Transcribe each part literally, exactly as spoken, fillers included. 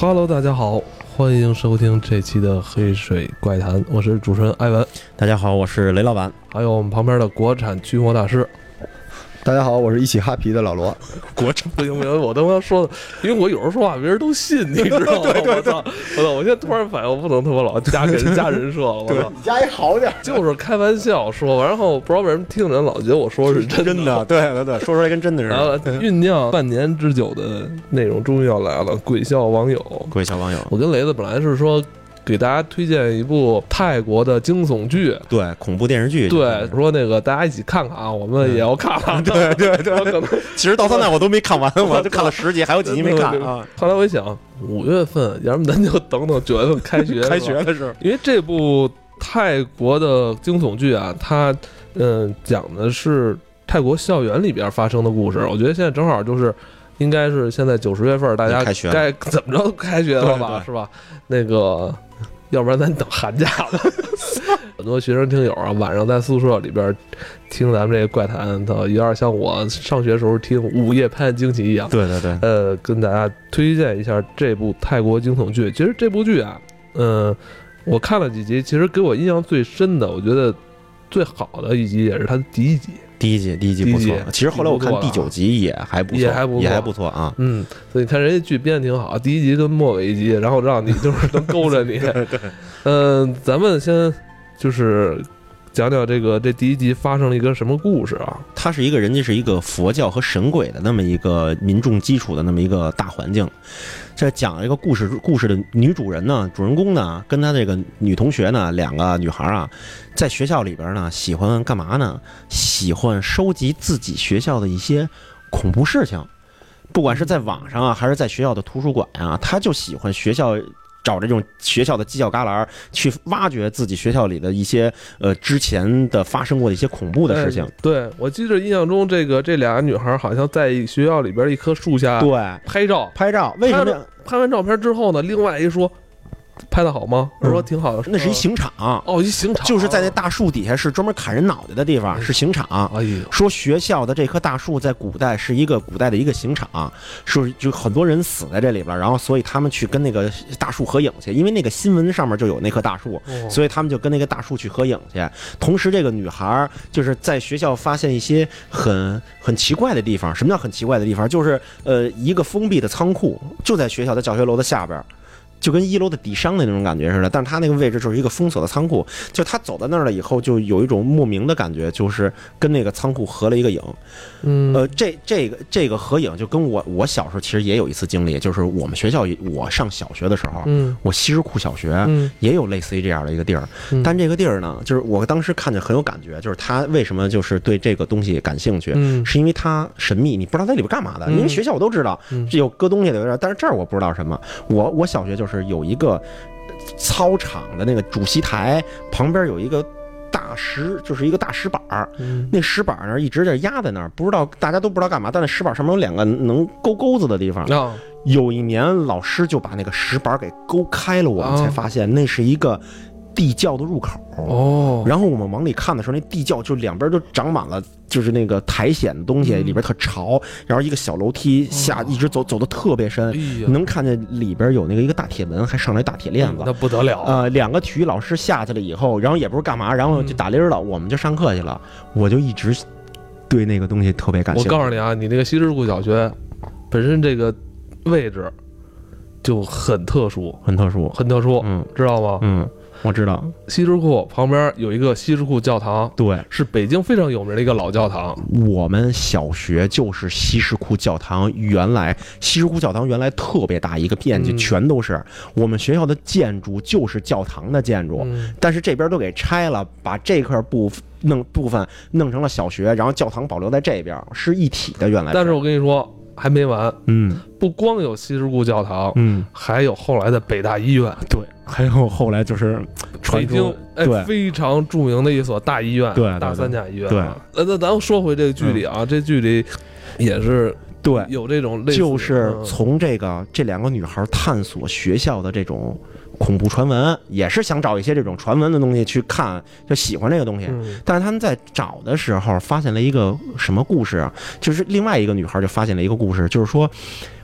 Hello， 大家好，欢迎收听这期的黑水怪谈，我是主持人艾文。 大家好，我是雷老板。 还有我们旁边的国产驱魔大师。 大家好，我是一起哈皮的老罗。 国产不行不行，我他妈说的，因为我有时候说话别人都信，你知道吗？对对对，我操！我操！我现在突然反应，我不能他妈老加给人加人设了。我操！ 你加一好点， 就是开玩笑说，然后不知道为什么听着人老觉得我说是真的。 真的，对对对，说出来跟真的似的。 然后酝酿半年之久的内容终于要来了，鬼笑网友， 鬼笑网友。 我跟雷子本来是说给大家推荐一部泰国的惊悚剧， 对，恐怖电视剧。 对，说那个大家一起看看啊，我们也要看看。 嗯、对对对， 我可能其实到现在我都没看完，我就看了十集，还有几集没看啊。 后来我一想，五月份，要不咱就等等九月份开学， 开学的时候， 因为这部泰国的惊悚剧啊，它嗯、呃、讲的是泰国校园里边发生的故事。我觉得现在正好就是。应该是现在九十月份，大家该怎么着开学了吧，是吧？那个，要不然咱等寒假吧。很多学生听友啊，晚上在宿舍里边听咱们这个怪谈，有点像我上学时候听《午夜拍案惊奇》一样。 对对对。 呃，跟大家推荐一下这部泰国惊悚剧。其实这部剧啊，嗯、呃，我看了几集，其实给我印象最深的，我觉得最好的一集也是它的第一集。 第一集，第一集不错。其实后来我看第九集也还不错， 也还不错， 也还不错啊。 嗯，所以你看人家剧编的挺好，第一集跟末尾一集，然后让你就是能勾着你。 对对。 嗯、呃，咱们先就是讲讲这个这第一集发生了一个什么故事啊？ 它是一个人家是一个佛教和神鬼的那么一个民众基础的那么一个大环境。这讲一个故事，故事的女主人呢，主人公呢，跟她这个女同学呢，两个女孩啊，在学校里边呢，喜欢干嘛呢？喜欢收集自己学校的一些恐怖事情，不管是在网上啊，还是在学校的图书馆啊，她就喜欢学校。找这种学校的犄角旮旯去挖掘自己学校里的一些呃之前的发生过的一些恐怖的事情。 哎、对，我记得印象中这个这俩女孩好像在学校里边一棵树下对拍照拍照，为什么拍完照片之后呢？另外一说。拍的好吗？我说挺好的、 嗯，那是一刑场哦，一刑场就是在那大树底下，是专门砍人脑袋的地方，是刑场。 哎呦， 说学校的这棵大树在古代是一个古代的一个刑场，说就很多人死在这里边，然后所以他们去跟那个大树合影去，因为那个新闻上面就有那棵大树， 哦、 所以他们就跟那个大树去合影去。同时，这个女孩就是在学校发现一些很很奇怪的地方。什么叫很奇怪的地方？就是呃一个封闭的仓库，就在学校的教学楼的下边。就跟一楼的底商的那种感觉似的，但是他那个位置就是一个封锁的仓库，就他走到那儿了以后，就有一种莫名的感觉，就是跟那个仓库合了一个影。 嗯， 呃，这这个这个合影就跟我我小时候其实也有一次经历，就是我们学校我上小学的时候， 嗯， 我西直库小学也有类似于这样的一个地儿， 嗯、 但这个地儿呢，就是我当时看着很有感觉，就是他为什么就是对这个东西感兴趣， 嗯， 是因为它神秘，你不知道在里边干嘛的， 嗯、 因为学校我都知道， 嗯、 有搁东西的，但是这儿我不知道什么。我我小学就是有一个。操场的那个主席台旁边有一个大石，就是一个大石板儿、嗯，那石板呢一直在压在那儿，不知道大家都不知道干嘛，但那石板上面有两个能勾钩子的地方。 哦、 有一年老师就把那个石板给勾开了，我们才发现那是一个地窖的入口哦。 然后我们往里看的时候，那地窖就两边都长满了，就是那个苔藓的东西，里边特潮，然后一个小楼梯下，一直走走的特别深， 哎、 能看见里边有那个一个大铁门，还上来大铁链子， 那不得了。 呃，两个体育老师下去了以后，然后也不是干嘛，然后就打铃了，我们就上课去了。我就一直对那个东西特别感兴趣。 我告诉你啊，你那个西直库小学本身这个位置就很特殊， 很特殊， 很特殊， 嗯， 知道吗？ 嗯。我知道， 西直库旁边有一个西直库教堂， 对， 是北京非常有名的一个老教堂。 我们小学就是西直库教堂，原来西直库教堂原来特别大一个面积， 嗯、 全都是我们学校的建筑，就是教堂的建筑， 嗯、 但是这边都给拆了，把这块部弄部分弄成了小学，然后教堂保留在这边，是一体的。原来是， 但是我跟你说。还没完， 嗯， 不光有西直库教堂， 嗯， 还有后来的北大医院， 对，还有后来就是北京哎对非常著名的一所大医院， 对，对大三甲医院， 对。 那那咱说回这个剧里啊，嗯、这剧里也是对有这种类似， 就是从这个这两个女孩探索学校的这种。恐怖传闻也是想找一些这种传闻的东西去看，就喜欢这个东西。 嗯、 但是他们在找的时候发现了一个什么故事啊？就是另外一个女孩就发现了一个故事，就是说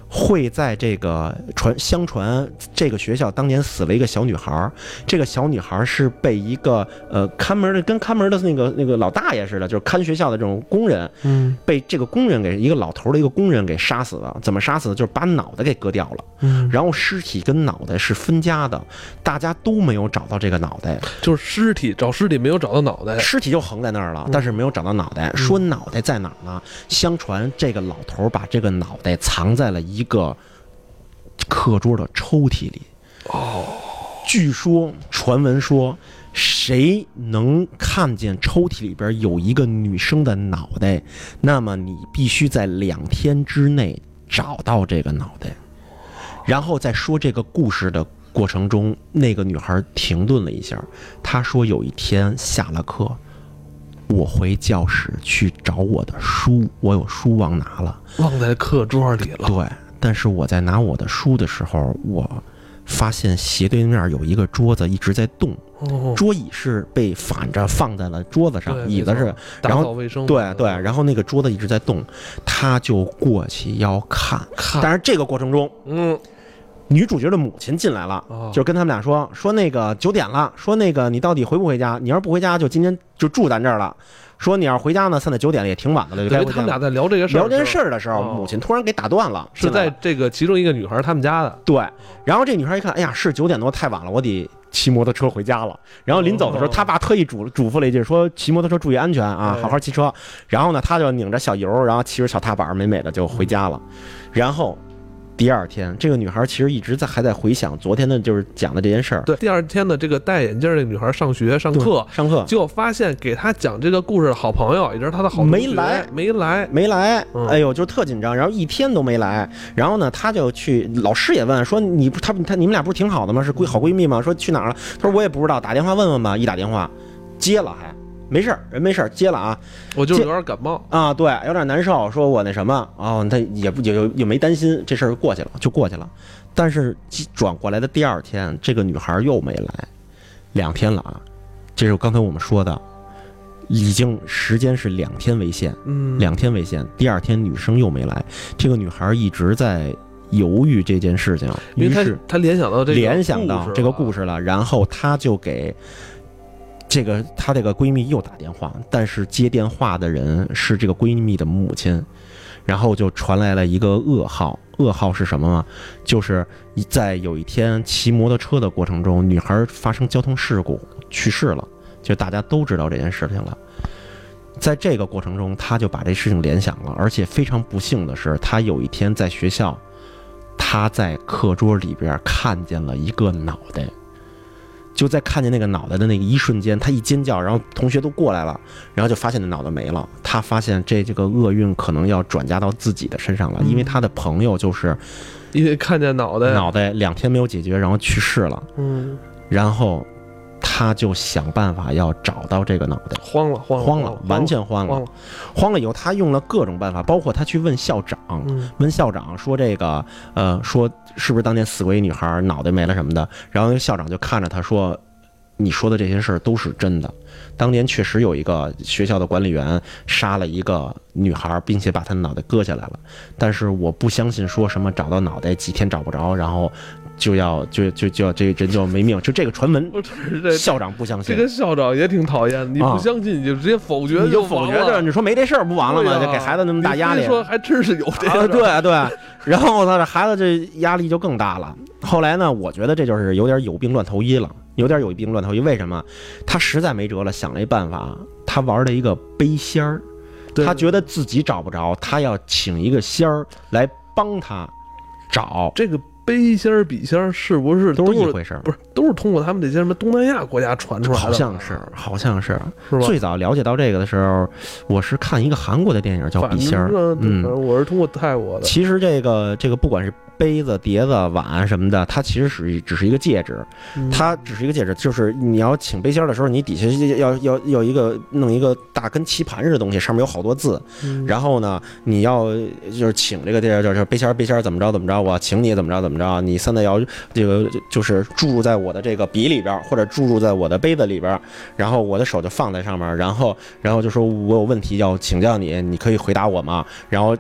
会在这个传相传这个学校当年死了一个小女孩，这个小女孩是被一个呃看门的跟看门的那个那个老大爷似的，就是看学校的这种工人， 嗯， 被这个工人给一个老头的一个工人给杀死了。怎么杀死的？就是把脑袋给割掉了， 嗯， 然后尸体跟脑袋是分家的，大家都没有找到这个脑袋， 就是尸体找尸体没有找到脑袋， 尸体就横在那儿了，但是没有找到脑袋。说脑袋在哪儿呢？相传这个老头把这个脑袋藏在了一个课桌的抽屉里。 哦， 据说传闻说，谁能看见抽屉里边有一个女生的脑袋，那么你必须在两天之内找到这个脑袋。然后在说这个故事的过程中，那个女孩停顿了一下，她说有一天下了课，我回教室去找我的书，我有书忘拿了， 忘在课桌里了。 对，但是我在拿我的书的时候，我发现斜对面有一个桌子一直在动， 哦， 桌椅是被反着放在了桌子上，椅子是， 打扫卫生， 对对，然后那个桌子一直在动，他就过去要看， 看， 但是这个过程中， 嗯。 女主角的母亲进来了， 哦、 就跟他们俩说说那个九点了，说那个你到底回不回家？你要是不回家，就今天就住咱这儿了。说你要回家呢，现在九点了，也挺晚的了，就该回家了。 他们俩在聊这个事儿， 聊这件事儿的时候，母亲突然给打断了， 是在这个其中一个女孩他们家的。 对，然后这女孩一看，哎呀，是九点多，太晚了，我得骑摩托车回家了。然后临走的时候，他爸特意嘱嘱咐了一句，说骑摩托车注意安全啊，好好骑车。然后呢，他就拧着小油，然后骑着小踏板，美美的就回家了。然后。第二天，这个女孩其实一直在还在回想昨天的，就是讲的这件事儿。 对，第二天的这个戴眼镜的女孩上学上课， 上课， 结果发现给她讲这个故事的好朋友，也就是她的好同学没来， 没来， 没来。 嗯、 哎呦，就特紧张，然后一天都没来。然后呢，她就去，老师也问说：“你不，她她你们俩不是挺好的吗？是闺好闺蜜吗？”说去哪儿了？她说：“我也不知道，打电话问问吧。”一打电话，接了还。没事儿，人没事儿，接了啊。 我就是有点感冒啊，对，有点难受。说我那什么哦，他也不也也没担心，这事儿过去了，就过去了。但是转过来的第二天，这个女孩又没来，两天了啊。这是刚才我们说的，已经时间是两天为限， 嗯， 两天为限。第二天女生又没来，这个女孩一直在犹豫这件事情，于是她联想到这个联想到这个故事了，然后她就给。这个她这个闺蜜又打电话，但是接电话的人是这个闺蜜的母亲，然后就传来了一个噩耗。噩耗是什么吗？就是在有一天骑摩托车的过程中，女孩发生交通事故去世了，就大家都知道这件事情了。在这个过程中，她就把这事情联想了，而且非常不幸的是，她有一天在学校，她在课桌里边看见了一个脑袋。就在看见那个脑袋的那个一瞬间，他一尖叫，然后同学都过来了，然后就发现那脑袋没了。他发现这这个厄运可能要转嫁到自己的身上了，因为他的朋友就是因为看见脑袋， 脑袋两天没有解决，然后去世了。 嗯， 然后他就想办法要找到这个脑袋， 慌了，慌了， 慌了，完全慌了， 慌了。 慌了以后，他用了各种办法，包括他去问校长， 嗯、 问校长说这个，呃，说是不是当年死过一女孩，脑袋没了什么的。然后校长就看着他说：“你说的这些事儿都是真的。当年确实有一个学校的管理员杀了一个女孩，并且把她的脑袋割下来了。但是我不相信说什么找到脑袋几天找不着，然后。”就要就就就要这人就要没命，就这个传闻，校长不相信。 这个校长也挺讨厌，你不相信你就直接否决， 你就否决着，你说没这事儿不完了吗？就给孩子那么大压力。 说还真是有这个， 对对。然后呢，这孩子这压力就更大了。后来呢，我觉得这就是有点有病乱投医了，有点有病乱投医。为什么？他实在没辙了，想了一办法，他玩了一个背仙儿。他觉得自己找不着，他要请一个仙儿来帮他找这个。背仙儿、笔仙儿是不是都是一回事儿？ 不是，都是通过他们这些什么东南亚国家传出来的？ 好像是，好像是。 是吧？ 最早了解到这个的时候，我是看一个韩国的电影叫《笔仙儿》， 嗯，我是通过泰国的。 其实这个这个不管是杯子、碟子、碗什么的，它其实是只是一个戒指，它只是一个戒指，就是你要请杯仙的时候，你底下要要要一个弄一个大跟棋盘似的东西，上面有好多字， 嗯、 然后呢，你要就是请这个这就是杯仙杯仙怎么着怎么着，我请你怎么着怎么着，你现在要这个就是注入在我的这个笔里边，或者注入在我的杯子里边，然后我的手就放在上面，然后然后就说我有问题要请教你，你可以回答我吗？然后。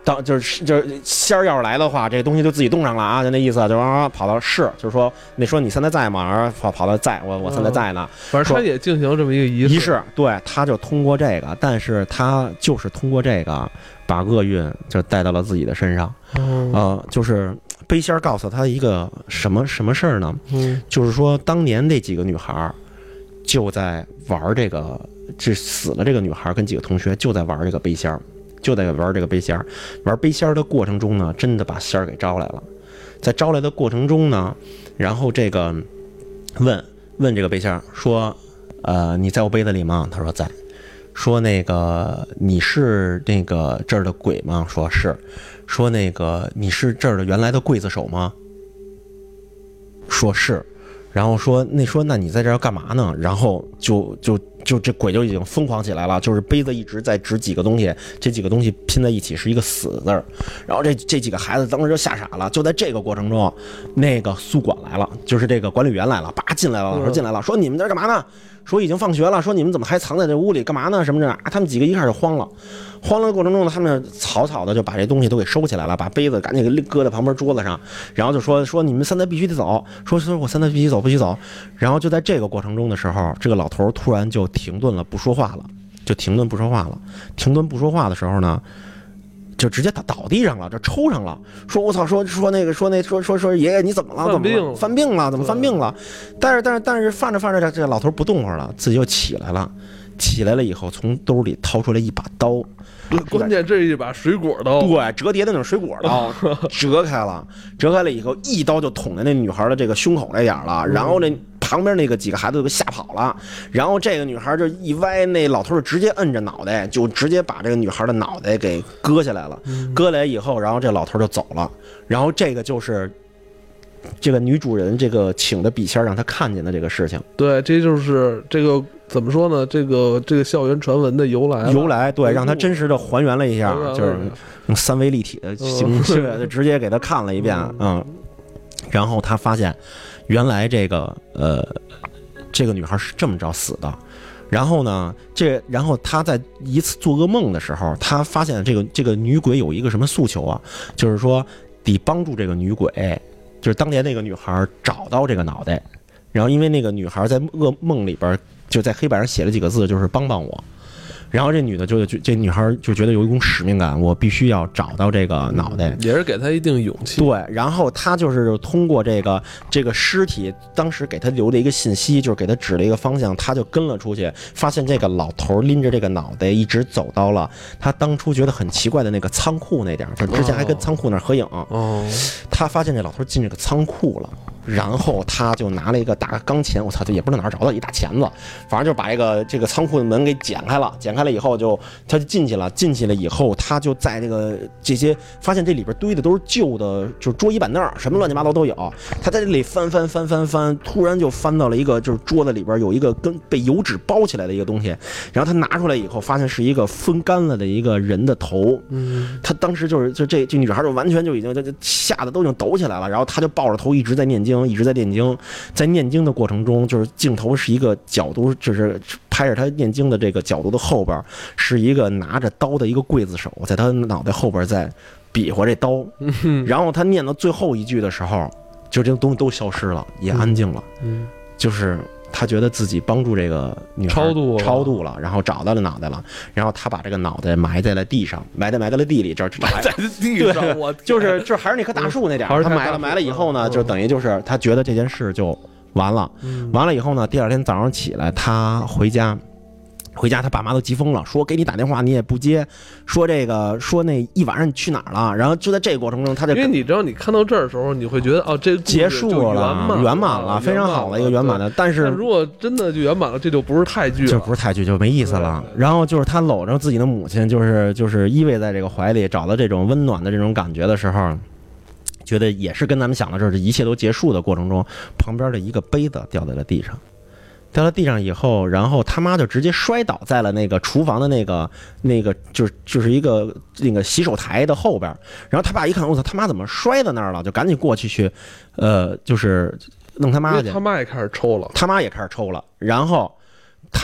当就是就是仙儿要是来的话，这东西就自己动上了啊，就那意思，就啊跑到是，就是说那说你现在在吗？然后跑跑到在，我我现在在呢。 反正他也进行这么一个仪式， 仪式，对，他就通过这个，但是他就是通过这个把厄运就带到了自己的身上。 嗯、 呃，就是杯仙儿告诉他一个什么什么事儿呢？ 嗯， 就是说当年那几个女孩就在玩这个，这死了这个女孩跟几个同学就在玩这个杯仙儿。就在玩这个杯仙儿，玩杯仙儿的过程中呢，真的把仙儿给招来了。在招来的过程中呢，然后这个问问这个杯仙儿说：“呃，你在我杯子里吗？”他说在。说那个你是那个这儿的鬼吗？说是。说那个你是这儿的原来的刽子手吗？说是。然后说那说那你在这儿干嘛呢？然后就就就这鬼就已经疯狂起来了，就是杯子一直在指几个东西，这几个东西拼在一起是一个死字儿。然后这这几个孩子当时就吓傻了。就在这个过程中，那个宿管来了，就是这个管理员来了，叭进来了，老师进来了，说你们在这干嘛呢？说已经放学了，说你们怎么还藏在这屋里干嘛呢？什么的啊？他们几个一开始慌了，慌了的过程中呢，他们草草的就把这东西都给收起来了，把杯子赶紧给搁在旁边桌子上，然后就说说你们现在必须得走，说说我现在必须走，必须走。然后就在这个过程中的时候，这个老头突然就停顿了，不说话了，就停顿不说话了。停顿不说话的时候呢，就直接倒倒地上了，这抽上了，说我操，说说那个说那说说说爷爷你怎么了？怎么了？犯病了？怎么犯病了？但是但是但是犯着犯着，这这老头不动会儿了，自己又起来了，起来了以后从兜里掏出来一把刀。 关键这是一把水果刀， 对，折叠的那种水果刀，折开了，折开了以后，一刀就捅在那女孩的这个胸口那点了，然后那旁边那个几个孩子就给吓跑了，然后这个女孩就一歪，那老头就直接摁着脑袋，就直接把这个女孩的脑袋给割下来了，割来以后，然后这老头就走了，然后这个就是这个女主人这个请的笔仙让她看见的这个事情。 对，这就是这个。怎么说呢？这个这个校园传闻的由来， 由来对，让他真实的还原了一下，就是用三维立体的形式，直接给他看了一遍，嗯，然后他发现，原来这个呃，这个女孩是这么着死的。然后呢，这然后他在一次做噩梦的时候，他发现这个这个女鬼有一个什么诉求啊？就是说得帮助这个女鬼，就是当年那个女孩找到这个脑袋，然后因为那个女孩在噩梦里边。就在黑板上写了几个字，就是帮帮我。然后这女的就这女孩就觉得有一种使命感，我必须要找到这个脑袋， 也是给她一定勇气。 对，然后她就是通过这个这个尸体，当时给她留的一个信息，就是给她指了一个方向，她就跟了出去，发现这个老头拎着这个脑袋一直走到了她当初觉得很奇怪的那个仓库那点，就之前还跟仓库那合影。 哦， 她发现这老头进这个仓库了。然后他就拿了一个大钢钳，我操，这也不知道哪儿找到一大钳子，反正就把这个这个仓库的门给剪开了，剪开了以后就他就进去了，进去了以后他就在这个这些发现这里边堆的都是旧的，就是桌椅板凳，什么乱七八糟都有。他在这里翻翻翻翻翻，突然就翻到了一个就是桌子里边有一个跟被油纸包起来的一个东西，然后他拿出来以后，发现是一个风干了的一个人的头。 嗯， 他当时就是就这这女孩就完全就已经就吓得都已经抖起来了，然后他就抱着头一直在念经。一直在念经，在念经的过程中，就是镜头是一个角度，就是拍着他念经的这个角度的后边，是一个拿着刀的一个刽子手，在他脑袋后边在比划这刀。然后他念到最后一句的时候，就这个东西都消失了，也安静了。 嗯， 就是他觉得自己帮助这个女孩超度超度了，然后找到了脑袋了，然后他把这个脑袋埋在了地上，埋在埋在了地里，这埋在地上，我就是这还是那棵大树那点，他埋了埋了以后呢，就等于就是他觉得这件事就完了，完了以后呢，第二天早上起来，他回家。回家他爸妈都急疯了，说给你打电话你也不接，说这个说那一晚上你去哪儿了？然后就在这个过程中，他就因为你知道你看到这儿的时候，你会觉得哦，这结束了，圆满了，非常好的一个圆满的。但是如果真的就圆满了，这就不是泰剧了， 就不是泰剧，就没意思了。然后就是他搂着自己的母亲，就是就是依偎在这个怀里，找到这种温暖的这种感觉的时候。觉得也是跟咱们想的这一切都结束的过程中，旁边的一个杯子掉在了地上。掉到地上以后，然后他妈就直接摔倒在了那个厨房的那个那个就是就是一个那个洗手台的后边。然后他爸一看，我操，他妈怎么摔在那儿了？就赶紧过去去，呃，就是弄他妈去。 他妈也开始抽了， 他妈也开始抽了。然后他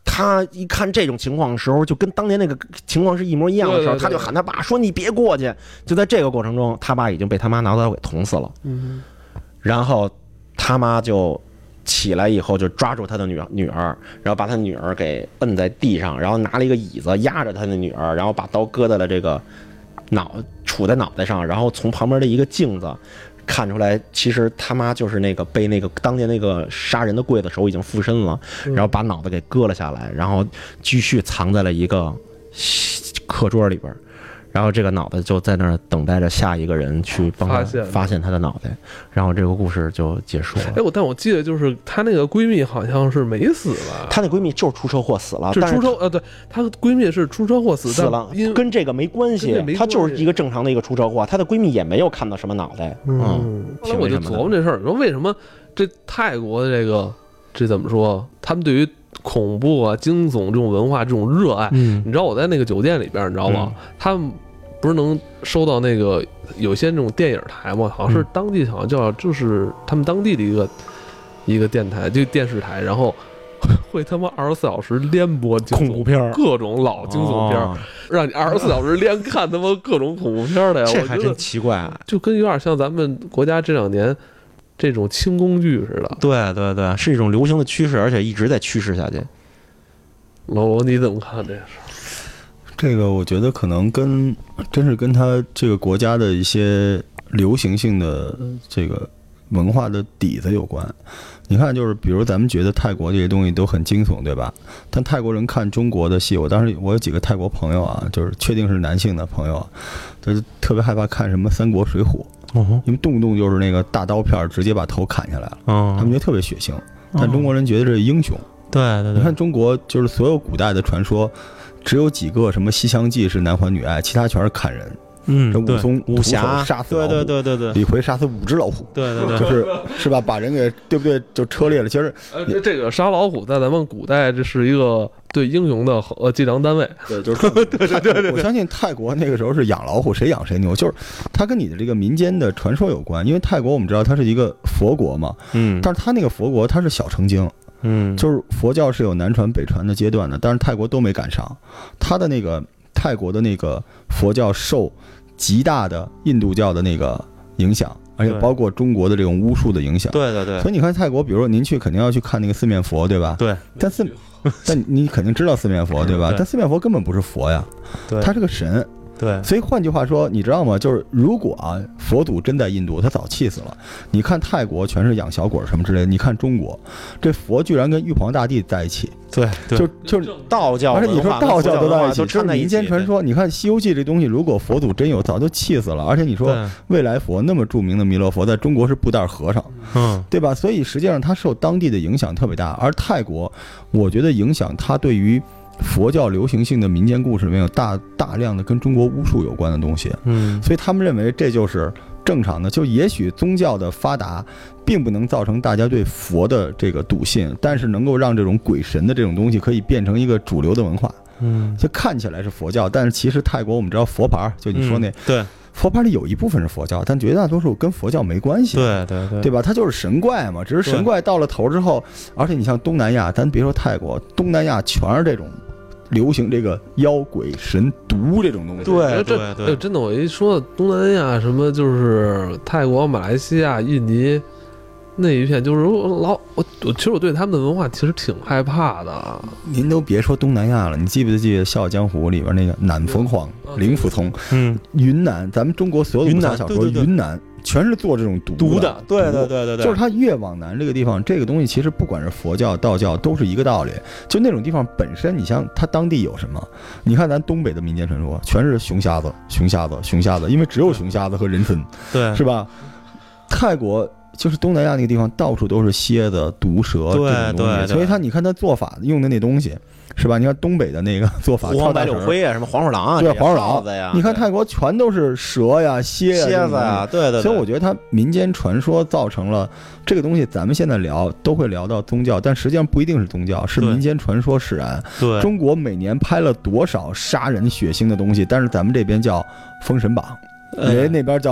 他一看这种情况的时候，就跟当年那个情况是一模一样的时候， 对对对， 他就喊他爸说：“你别过去。”就在这个过程中，他爸已经被他妈拿刀给捅死了。 嗯， 然后他妈就起来以后就抓住他的女女儿，然后把他女儿给摁在地上，然后拿了一个椅子压着他的女儿，然后把刀搁在了这个脑杵在脑袋上，然后从旁边的一个镜子看出来，其实他妈就是那个被那个当年那个杀人的刽子手已经附身了，然后把脑袋给割了下来，然后继续藏在了一个课桌里边。然后这个脑袋就在那儿等待着下一个人去帮他发现发现他的脑袋，然后这个故事就结束了。 哎，我但我记得就是她那个闺蜜好像是没死吧？ 她那闺蜜就是出车祸死了， 是出车呃，对，她闺蜜是出车祸死死了，跟这个没关系，她就是一个正常的一个出车祸，她的闺蜜也没有看到什么脑袋。嗯， 后来我就琢磨这事儿，说为什么这泰国的这个这怎么说？他们对于恐怖啊、惊悚这种文化这种热爱， 嗯， 你知道我在那个酒店里边，你知道吗？嗯、他们不是能收到那个有些那种电影台吗？好像是当地好像叫就是他们当地的一个一个电台，就电视台，然后会他妈二十四小时连播恐怖片， 各种老惊悚片，哦、让你二十四小时连看他妈各种恐怖片的呀！ 这还真奇怪、啊， 就跟有点像咱们国家这两年这种轻工剧似的。 对对对，是一种流行的趋势，而且一直在趋势下去。 老罗，你怎么看这事？ 这个我觉得可能跟真是跟他这个国家的一些流行性的这个文化的底子有关。你看，就是比如咱们觉得泰国这些东西都很惊悚，对吧？但泰国人看中国的戏，我当时我有几个泰国朋友啊，就是确定是男性的朋友，就是特别害怕看什么三国水浒，因为动不动就是那个大刀片直接把头砍下来了，他们觉得特别血腥。但中国人觉得这是英雄。 对对对， 你看中国就是所有古代的传说，只有几个什么《西厢记》是男欢女爱，其他全是砍人。 嗯， 武松武侠杀死老虎， 对对对对对， 李逵杀死五只老虎， 对对对， 就是是吧？把人给对不对？就车裂了。其实， 呃，这个杀老虎在咱们古代这是一个对英雄的呃计量单位。 对，就是对对对对。我相信泰国那个时候是养老虎，谁养谁牛，就是它跟你的这个民间的传说有关。因为泰国我们知道它是一个佛国嘛，嗯，但是它那个佛国它是小乘经。嗯，就是佛教是有南传北传的阶段的，但是泰国都没赶上。他的那个泰国的那个佛教受极大的印度教的那个影响，而且包括中国的这种巫术的影响。 对对对。 所以你看泰国，比如说您去肯定要去看那个四面佛，对吧？ 对。 但四，但你肯定知道四面佛，对吧？对，但四面佛根本不是佛呀，他是个神。 对， 所以换句话说，你知道吗？就是如果啊，佛祖真在印度，他早气死了。你看泰国全是养小鬼什么之类的，你看中国，这佛居然跟玉皇大帝在一起， 对，对就就是道教， 而且你说道教都在一起， 这民间传说。你看《西游记》这东西，如果佛祖真有，早就气死了。而且你说未来佛那么著名的弥勒佛，在中国是布袋和尚，嗯，对吧？所以实际上它受当地的影响特别大。而泰国，我觉得影响它对于佛教流行性的民间故事里面有大大量的跟中国巫术有关的东西，嗯，所以他们认为这就是正常的。就也许宗教的发达并不能造成大家对佛的这个笃信，但是能够让这种鬼神的这种东西可以变成一个主流的文化，嗯，就看起来是佛教，但是其实泰国我们知道佛牌，就你说那、嗯、 对。 佛牌里有一部分是佛教，但绝大多数跟佛教没关系。 对对对， 对吧？它就是神怪嘛。只是神怪到了头之后，而且你像东南亚，咱别说泰国，东南亚全是这种流行这个妖鬼神毒这种东西。 对对对， 真的，我一说东南亚什么就是泰国、马来西亚、印尼那一片，就是老我我其实我对他们的文化其实挺害怕的。 您都别说东南亚了，你记不记得《笑傲江湖》里边那个南凤凰、林福聪？嗯，云南，咱们中国所有的武侠小说，云南全是做这种毒毒的。对对对对对， 就是它越往南这个地方，这个东西其实不管是佛教、道教都是一个道理。就那种地方本身，你像它当地有什么？你看咱东北的民间传说，全是熊瞎子、熊瞎子、熊瞎子，因为只有熊瞎子和人参，对，是吧？泰国。就是东南亚那个地方，到处都是蝎子、毒蛇这种东西，所以他你看他做法用的那东西，是吧？你看东北的那个做法， 黄白柳灰啊，什么黄鼠狼啊， 对，黄鼠狼子呀。 你看泰国全都是蛇呀、蝎呀、 蝎子呀，对对。 所以我觉得它民间传说造成了这个东西，咱们现在聊都会聊到宗教，但实际上不一定是宗教，是民间传说使然。 对， 中国每年拍了多少杀人血腥的东西，但是咱们这边叫《封神榜》，人家那边叫。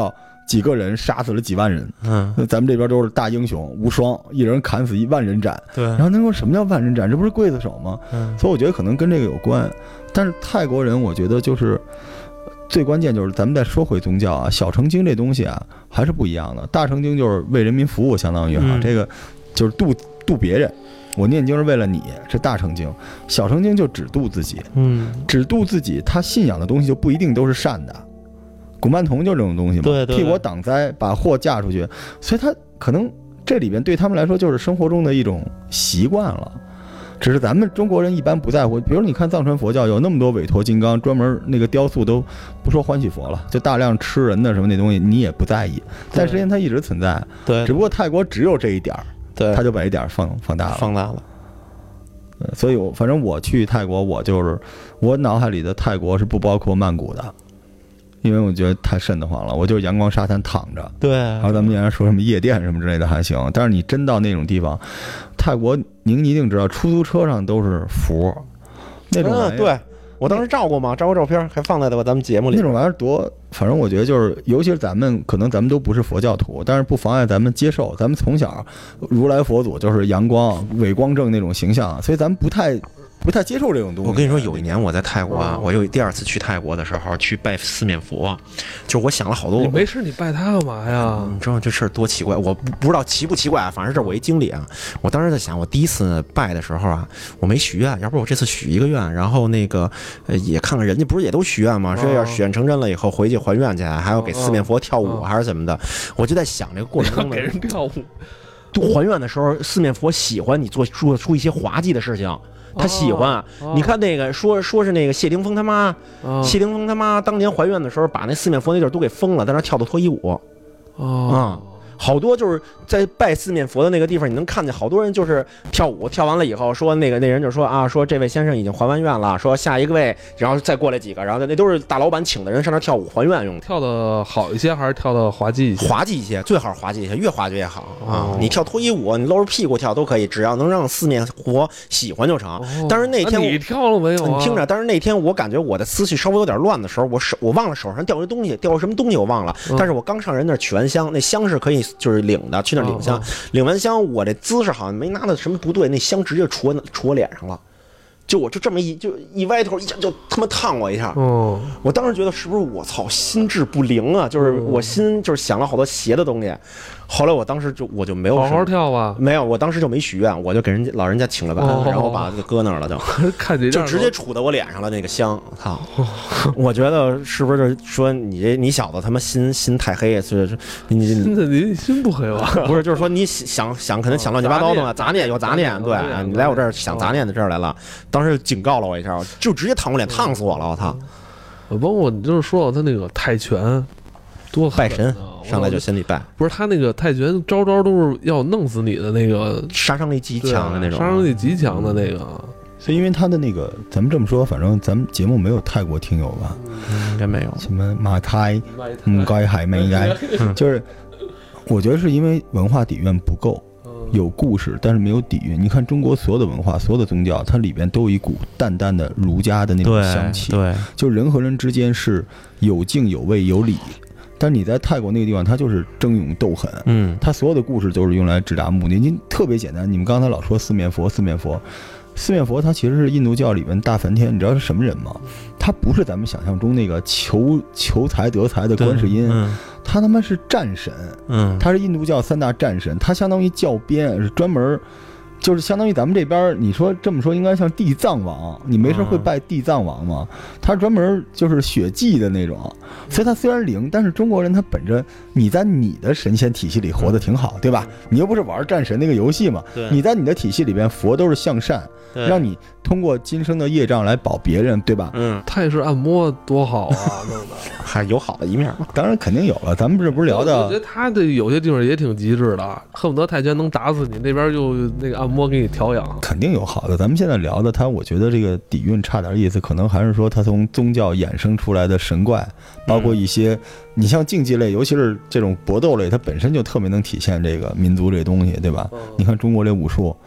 几个人杀死了几万人，嗯，那咱们这边都是大英雄无双，一人砍死一万人斩， 对。 然后他说什么叫万人斩？这不是刽子手吗？嗯，所以我觉得可能跟这个有关。但是泰国人，我觉得就是最关键就是咱们再说回宗教啊，小乘经这东西啊还是不一样的。大乘经就是为人民服务，相当于哈、嗯，这个就是度度别人。我念经是为了你，是大乘经；小乘经就只度自己，嗯，只度自己。他信仰的东西就不一定都是善的。古曼童就这种东西嘛， 对对对， 替我挡灾，把货嫁出去，所以他可能这里边对他们来说就是生活中的一种习惯了。只是咱们中国人一般不在乎，比如你看藏传佛教有那么多韦陀金刚，专门那个雕塑都不说欢喜佛了，就大量吃人的什么那东西，你也不在意，但实际上它一直存在。 对， 只不过泰国只有这一点儿， 对， 他就把一点放放大了， 放大了。 所以我反正我去泰国，我就是我脑海里的泰国是不包括曼谷的。因为我觉得太瘆得慌了，我就阳光沙滩躺着， 对。 然后咱们原来说什么夜店什么之类的还行，但是你真到那种地方，泰国您一定知道，出租车上都是符，那种、 嗯、对我当时照过嘛，照过照片还放在了咱们节目里。 那种玩意儿多，反正我觉得就是，尤其是咱们可能咱们都不是佛教徒，但是不妨碍咱们接受，咱们从小如来佛祖就是阳光伟光正那种形象，所以咱们不太。不太接受这种东西。 我跟你说，有一年我在泰国啊，我有第二次去泰国的时候去拜四面佛，就是我想了好多。 你没事，你拜他干嘛呀？ 你知道这事儿多奇怪？我不知道奇不奇怪啊，反正这是我一经历啊。我当时在想，我第一次拜的时候啊，我没许愿，要不我这次许一个愿，然后那个呃也看看人家不是也都许愿吗？说要许愿成真了以后回去还愿去，还要给四面佛跳舞还是怎么的？我就在想这个过程中给人跳舞。 还愿的时候，四面佛喜欢你做做出一些滑稽的事情。他喜欢、哦哦，你看那个说说是那个谢霆锋他妈，哦、谢霆锋他妈当年还愿的时候，把那四面佛那地儿都给封了，在那跳的脱衣舞， 哦啊、嗯，好多就是在拜四面佛的那个地方，你能看见好多人就是跳舞，跳完了以后说那个那人就说啊，说这位先生已经还完愿了，说下一个位，然后再过来几个，然后那都是大老板请的人上那跳舞还愿用的。 跳的好一些还是跳的滑稽一些？ 滑稽一些，最好是滑稽一些，越滑稽越好啊、哦！你跳脱衣舞，你搂着屁股跳都可以，只要能让四面佛喜欢就成。哦、但是那天我、 啊、你跳了没有、啊？ 你听着，但是那天我感觉我的思绪稍微有点乱的时候，我手我忘了手上掉一东西，掉什么东西我忘了。嗯、但是我刚上人那儿取完香，那香是可以就是领的，去那儿领香。哦哦领完香，我这姿势好像没拿到什么不对，那香直接杵我杵我脸上了，就我就这么一就一歪头，一下就他妈烫我一下。哦，我当时觉得是不是我操心智不灵啊？就是我心就是想了好多邪的东西。后来我当时就我就没有好好跳吧， 没有，我当时就没许愿，我就给人家老人家请了个安、哦，然后我把它搁那儿了，就看见就直接杵到我脸上了那个香，操！我觉得是不是说你你小子他妈心心太黑，是你心的你心不黑吧？ 不是，就是说你想想可能想乱七八糟的嘛，杂念有杂念，对你来我这儿想杂念的这儿来了，当时警告了我一下，就直接烫我脸，烫死我了，我操！ 包括你就是说到他那个泰拳。多拜神，上来就先得拜。 不是他那个泰拳招招都是要弄死你的那个， 杀伤力极强的那种， 杀伤力极强的那个。 所以因为他的那个，咱们这么说，反正咱们节目没有泰国听友吧？ 应该没有。 什么马泰，应该还没应该，就是我觉得是因为文化底蕴不够。有故事，但是没有底蕴。你看中国所有的文化，所有的宗教，它里边都有一股淡淡的儒家的那种香气。 对，对就人和人之间是有敬有畏有礼。但你在泰国那个地方，它就是争勇斗狠。嗯，它所有的故事都是用来直达目的。你特别简单。你们刚才老说四面佛，四面佛，四面佛，它其实是印度教里面大梵天。你知道是什么人吗？他不是咱们想象中那个求求财得财的观世音。他他妈是战神，嗯，他是印度教三大战神，他相当于教鞭，是专门，就是相当于咱们这边，你说这么说应该像地藏王，你没事会拜地藏王吗？他专门就是血祭的那种，所以他虽然灵，但是中国人他本着你在你的神仙体系里活得挺好，对吧？你又不是玩战神那个游戏嘛，你在你的体系里边佛都是向善，让你通过今生的业障来保别人，对吧？ 嗯， 泰式按摩多好啊，弄的还有好的一面吗？ 当然肯定有了，咱们这不是聊的？ 我觉得他的有些地方也挺极致的，恨不得泰拳能打死你，那边就那个按摩给你调养， 肯定有好的。咱们现在聊的他，我觉得这个底蕴差点意思，可能还是说他从宗教衍生出来的神怪，包括一些、嗯、你像竞技类，尤其是这种搏斗类，它本身就特别能体现这个民族这东西，对吧？嗯、你看中国这武术。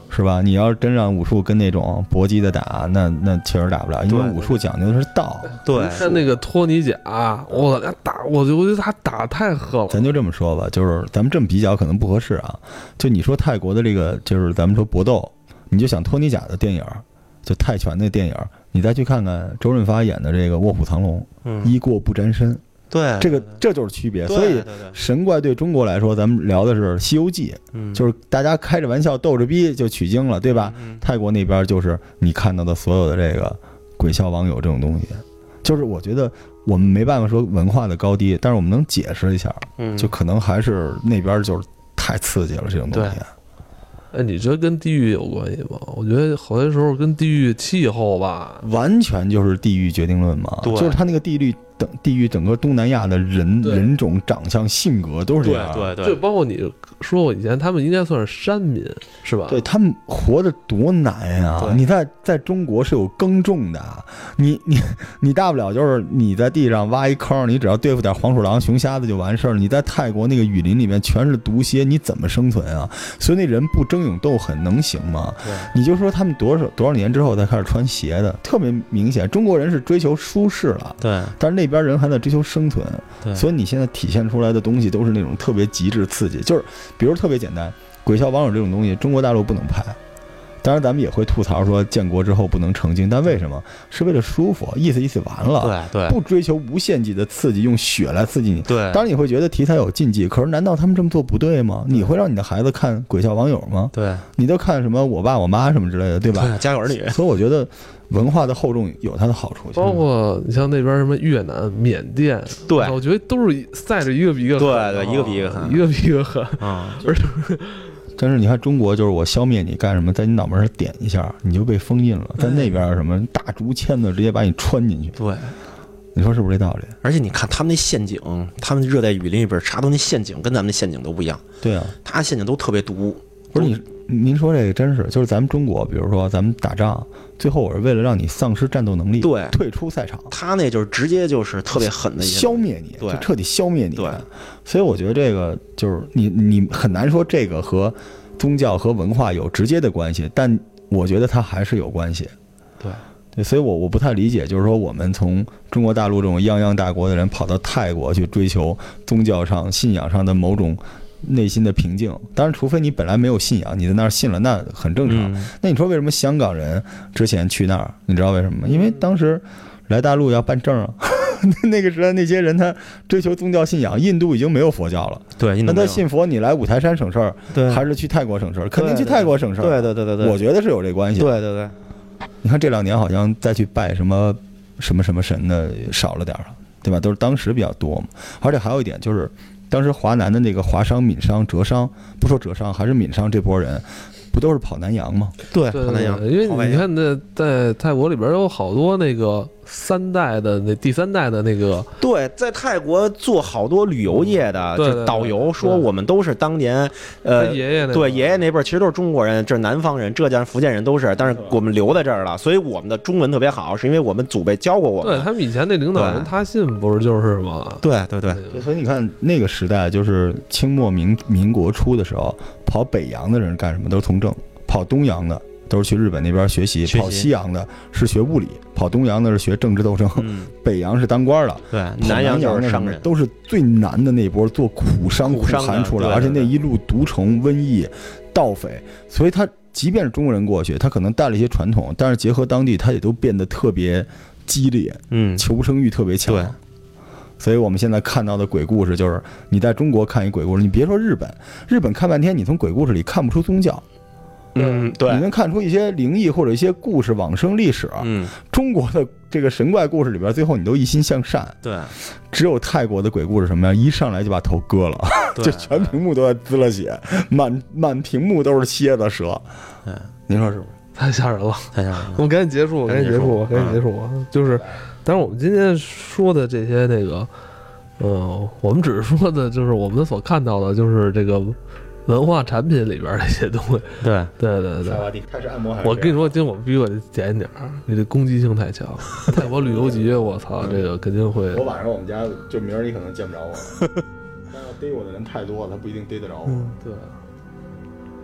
是吧？你要真让武术跟那种搏击的打，那那确实打不了，因为武术讲究的是道。 对， 看那个托尼贾，我打，我就觉得他打太狠了。 咱就这么说吧，就是咱们这么比较可能不合适啊。就你说泰国的这个，就是咱们说搏斗，你就想托尼贾的电影，就泰拳的电影，你再去看看周润发演的这个《卧虎藏龙》，嗯，衣过不沾身。 对， 这个这就是区别。所以神怪对中国来说，咱们聊的是《西游记》，嗯，就是大家开着玩笑逗着逼就取经了，对吧？嗯、泰国那边就是你看到的所有的这个鬼笑网友这种东西，就是我觉得我们没办法说文化的高低，但是我们能解释一下，嗯，就可能还是那边就是太刺激了这种东西。 哎，你觉得跟地域有关系吗？我觉得好些时候跟地域气候吧， 完全就是地域决定论嘛，就是它那个地域。等地域整个东南亚的人人种、长相、性格都是这样， 对对， 就包括你说过以前，他们应该算是山民，是吧？ 对，他们活得多难呀！你在在中国是有耕种的，你你你大不了就是你在地上挖一坑，你只要对付点黄鼠狼、熊瞎子就完事儿。你在泰国那个雨林里面全是毒蝎，你怎么生存啊？所以那人不争勇斗狠能行吗？你就说他们多少多少年之后才开始穿鞋的，特别明显，中国人是追求舒适了， 对， 但是那。那边人还在追求生存，所以你现在体现出来的东西都是那种特别极致刺激，就是比如特别简单，鬼笑网友这种东西，中国大陆不能拍。当然，咱们也会吐槽说建国之后不能成精，但为什么？是为了舒服，意思意思完了， 对对， 不追求无限级的刺激，用血来刺激你。 对， 当然你会觉得题材有禁忌，可是难道他们这么做不对吗？你会让你的孩子看鬼笑网友吗？ 对， 你都看什么我爸我妈什么之类的，对吧？ 对，家有儿女。 所以我觉得。文化的厚重有它的好处， 包括你像那边什么越南、缅甸， 对， 我觉得都是赛着一个比一个狠， 对对，一个比一个狠， 一个比一个狠啊！ 而且，但是你看中国，就是我消灭你干什么，在你脑门上点一下，你就被封印了。在那边什么大竹签子直接把你穿进去， 对， 你说是不是这道理？ 而且你看他们那陷阱，他们热带雨林里边查到那陷阱跟咱们那陷阱都不一样。 对啊， 他陷阱都特别毒。 不是你，您说这个真是，就是咱们中国，比如说咱们打仗，最后我是为了让你丧失战斗能力， 对， 退出赛场。 他那就是直接就是特别狠的一些， 消灭你， 对， 就彻底消灭你。 对， 所以我觉得这个就是你你很难说这个和宗教和文化有直接的关系，但我觉得它还是有关系。 对。 对，所以我我不太理解，就是说我们从中国大陆这种泱泱大国的人跑到泰国去追求宗教上、信仰上的某种内心的平静。当然，除非你本来没有信仰，你在那儿信了，那很正常。嗯、那你说为什么香港人之前去那儿？你知道为什么吗？因为当时来大陆要办证啊。那个时代那些人他追求宗教信仰，印度已经没有佛教了。 对， 那他信佛，你来五台山省事儿，还是去泰国省事儿？肯定去泰国省事儿。 对对对对对， 我觉得是有这关系。 对对对。 你看这两年好像再去拜什么什么什么神的少了点了，对吧？都是当时比较多嘛。而且还有一点就是，当时华南的那个华商、闽商、浙商，不说浙商还是闽商这波人，不都是跑南洋吗？ 对， 跑南洋。 因为你看那在泰国里边有好多那个三代的那第三代的那个， 对，在泰国做好多旅游业的，就导游说我们都是当年呃爷爷对爷爷那辈儿其实都是中国人，这是南方人，浙江、福建人都是，但是我们留在这儿了，所以我们的中文特别好，是因为我们祖辈教过我们。 对他们以前那领导人他信不是就是吗？ 对对对， 所以你看那个时代，就是清末民民国初的时候，跑北洋的人干什么都是从政，跑东洋的都是去日本那边学习， 学习跑西洋的是学物理，跑东洋的是学政治斗争，嗯、北洋是当官的， 对，南洋就是商人， 都是最难的那波做苦商苦寒出来，而且那一路毒虫、瘟疫、盗匪，所以他即便是中国人过去，他可能带了一些传统，但是结合当地，他也都变得特别激烈，嗯，求生欲特别强。 对。 所以我们现在看到的鬼故事，就是你在中国看一鬼故事，你别说日本，日本看半天，你从鬼故事里看不出宗教。 嗯，对， 你能看出一些灵异或者一些故事、往生历史。嗯，中国的这个神怪故事里边，最后你都一心向善。 对， 只有泰国的鬼故事什么呀？一上来就把头割了，就全屏幕都在滋了血，满满屏幕都是蝎子蛇。 对， 您说是不是？ 太吓人了， 太吓人了！ 我们赶紧结束，赶紧结束，赶紧结束。就是，但是我们今天说的这些那个，呃，我们只是说的，就是我们所看到的，就是这个。文化产品里边的一些东西， 对对对对。 开始按摩还是？ 我跟你说，今我比我减一点儿，你这攻击性太强。泰国旅游局，我操，这个肯定会。 我晚上我们家就明儿你可能见不着我，但要逮我的人太多了，他不一定逮得着我。 嗯，对。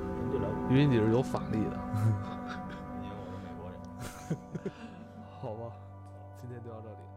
了， 因为你是有法力的。 因为我是美国人。 好吧，今天就到这里。